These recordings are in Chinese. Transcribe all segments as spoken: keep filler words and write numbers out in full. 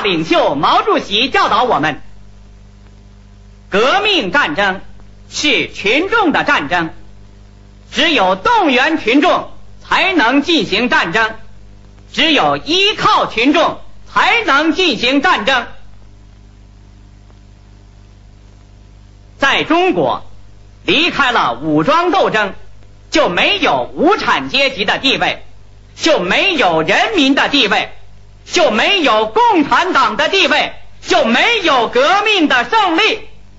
领袖毛主席教导我们，革命战争是群众的战争，只有动员群众才能进行战争，只有依靠群众才能进行战争。在中国，离开了武装斗争，就没有无产阶级的地位，就没有人民的地位，就没有共产党的地位，就没有革命的胜利。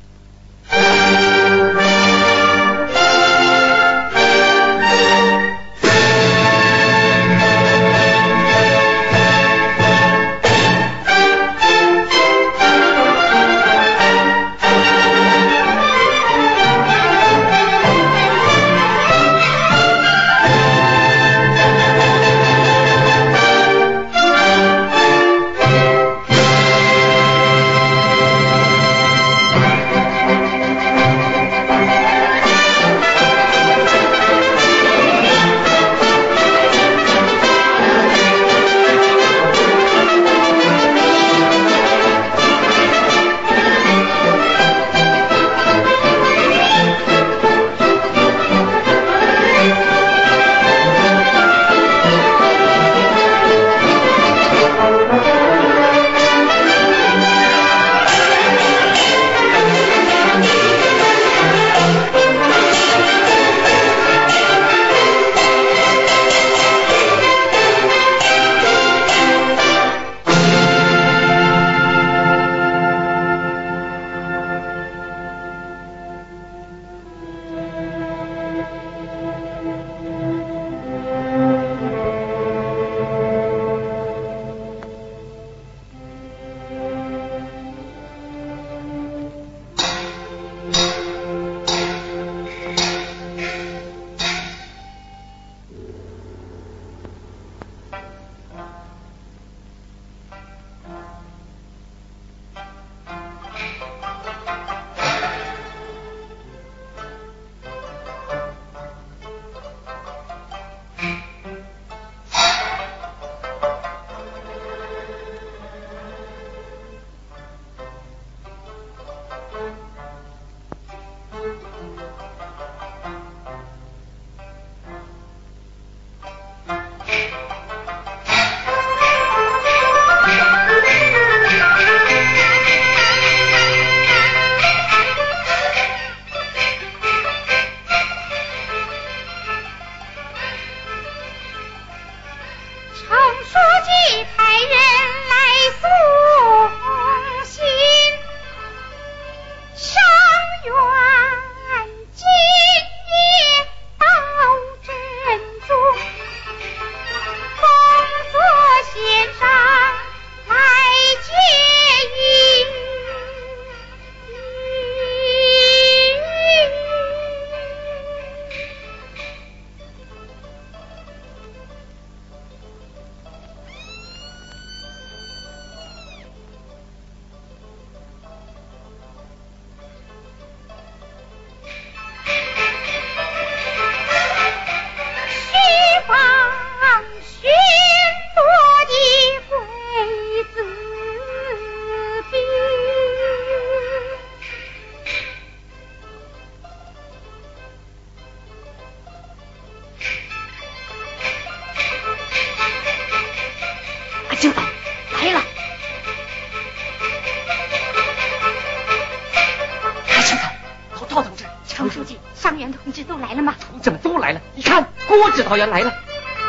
指导员来了。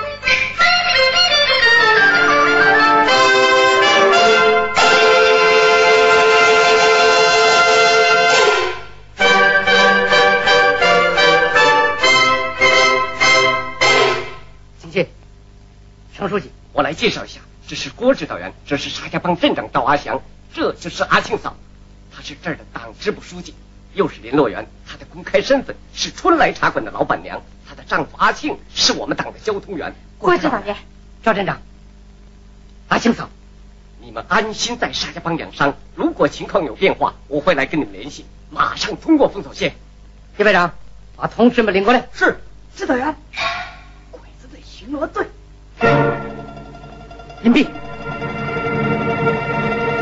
请进。程书记，我来介绍一下，这是郭指导员，这是沙家浜镇长赵阿祥，这就是阿庆嫂，她是这儿的党支部书记，又是联络员，她的公开身份是春来茶馆的老板娘，她的丈夫阿庆是我们党的交通员。 郭指导员， 赵站长，阿庆嫂，你们安心在沙家浜养伤，如果情况有变化，我会来跟你们联系，马上通过封锁线。叶排长，把同志们领过来。 是，指导员。鬼子队巡逻队， 隐蔽。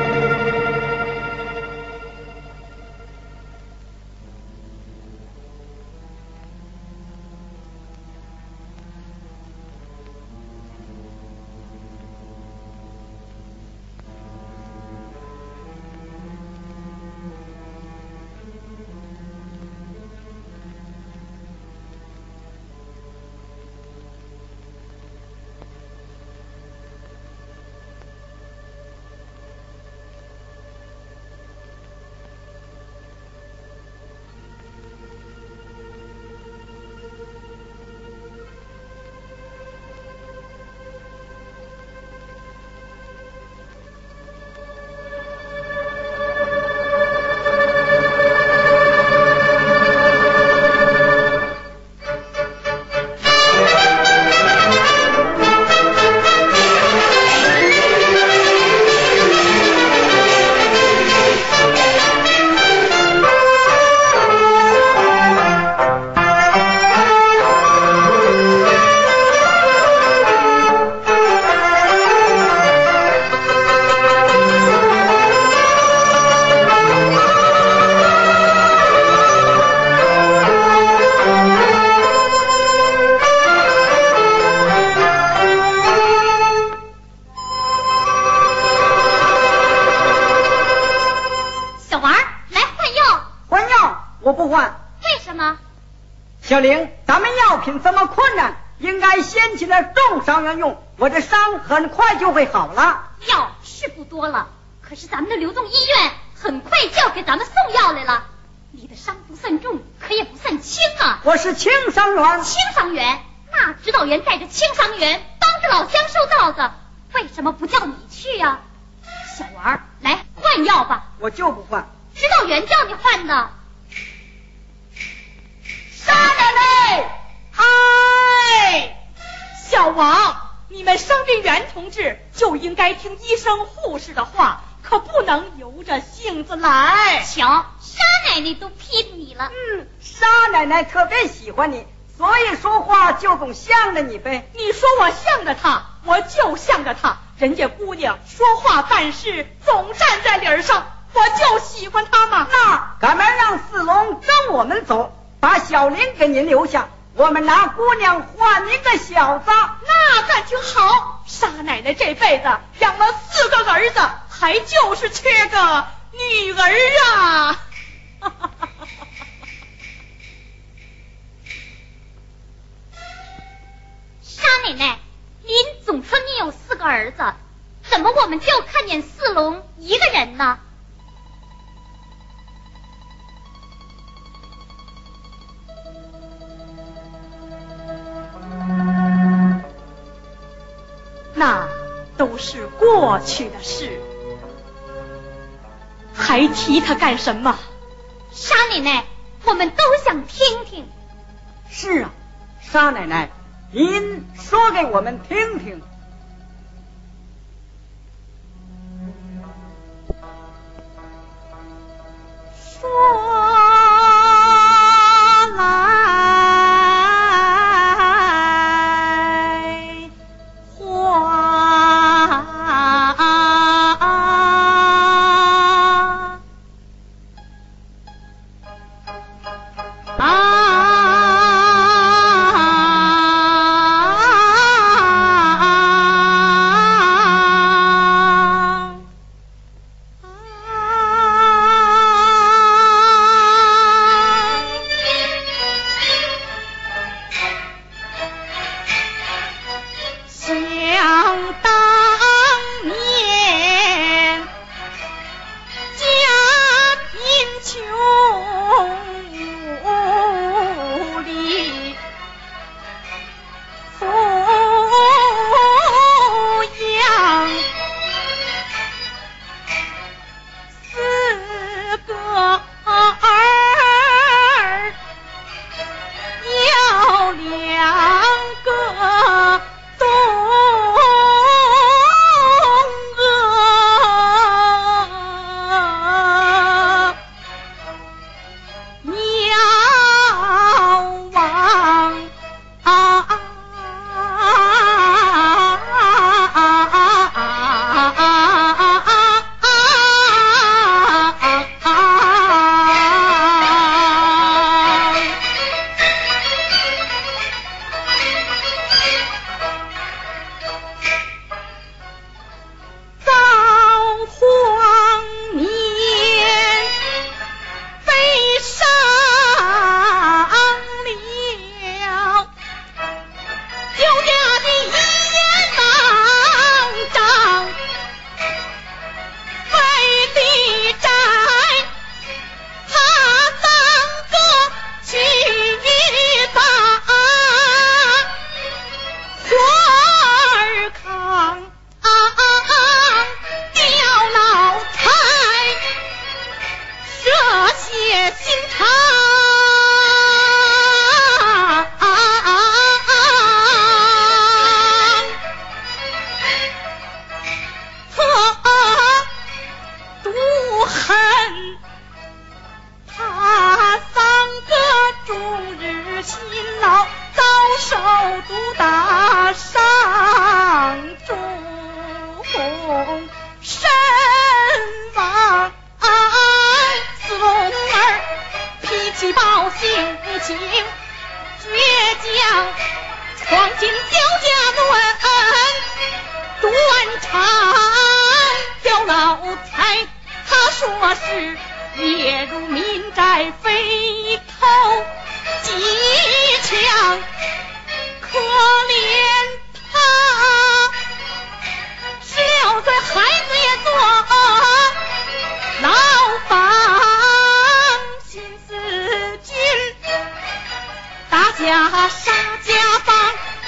我不换。 为什么？ 小玲，咱们药品这么困难，应该先请点重伤员用，我这伤很快就会好了。 药是不多了，可是咱们的流动医院很快就要给咱们送药来了。你的伤不算重，可也不算轻啊。 我是轻伤员。 轻伤员？那指导员带着轻伤员帮着老乡收稻子，为什么不叫你去呀、啊？小娃儿，来换药吧。 我就不换。 指导员叫你换的。 沙奶奶，嗨，小王，你们生病员同志就应该听医生护士的话，可不能由着性子来。 瞧，沙奶奶都批评你了。 嗯，沙奶奶特别喜欢你，所以说话就总向着你呗。 你说我向着她，我就向着她。人家姑娘说话办事总站在理儿上，我就喜欢她嘛。 那赶忙让四龙跟我们走，把小玲给您留下，我们拿姑娘换您个小子。 那咱挺好。沙奶奶这辈子养了四个儿子，还就是缺个女儿啊。 沙奶奶，您总说你有四个儿子，怎么我们就看见四龙一个人呢？ 那都是过去的事，还提他干什么？ 沙奶奶，我们都想听听。 是啊，沙奶奶，您说给我们听听。 说来说是夜入民宅，飞头击墙。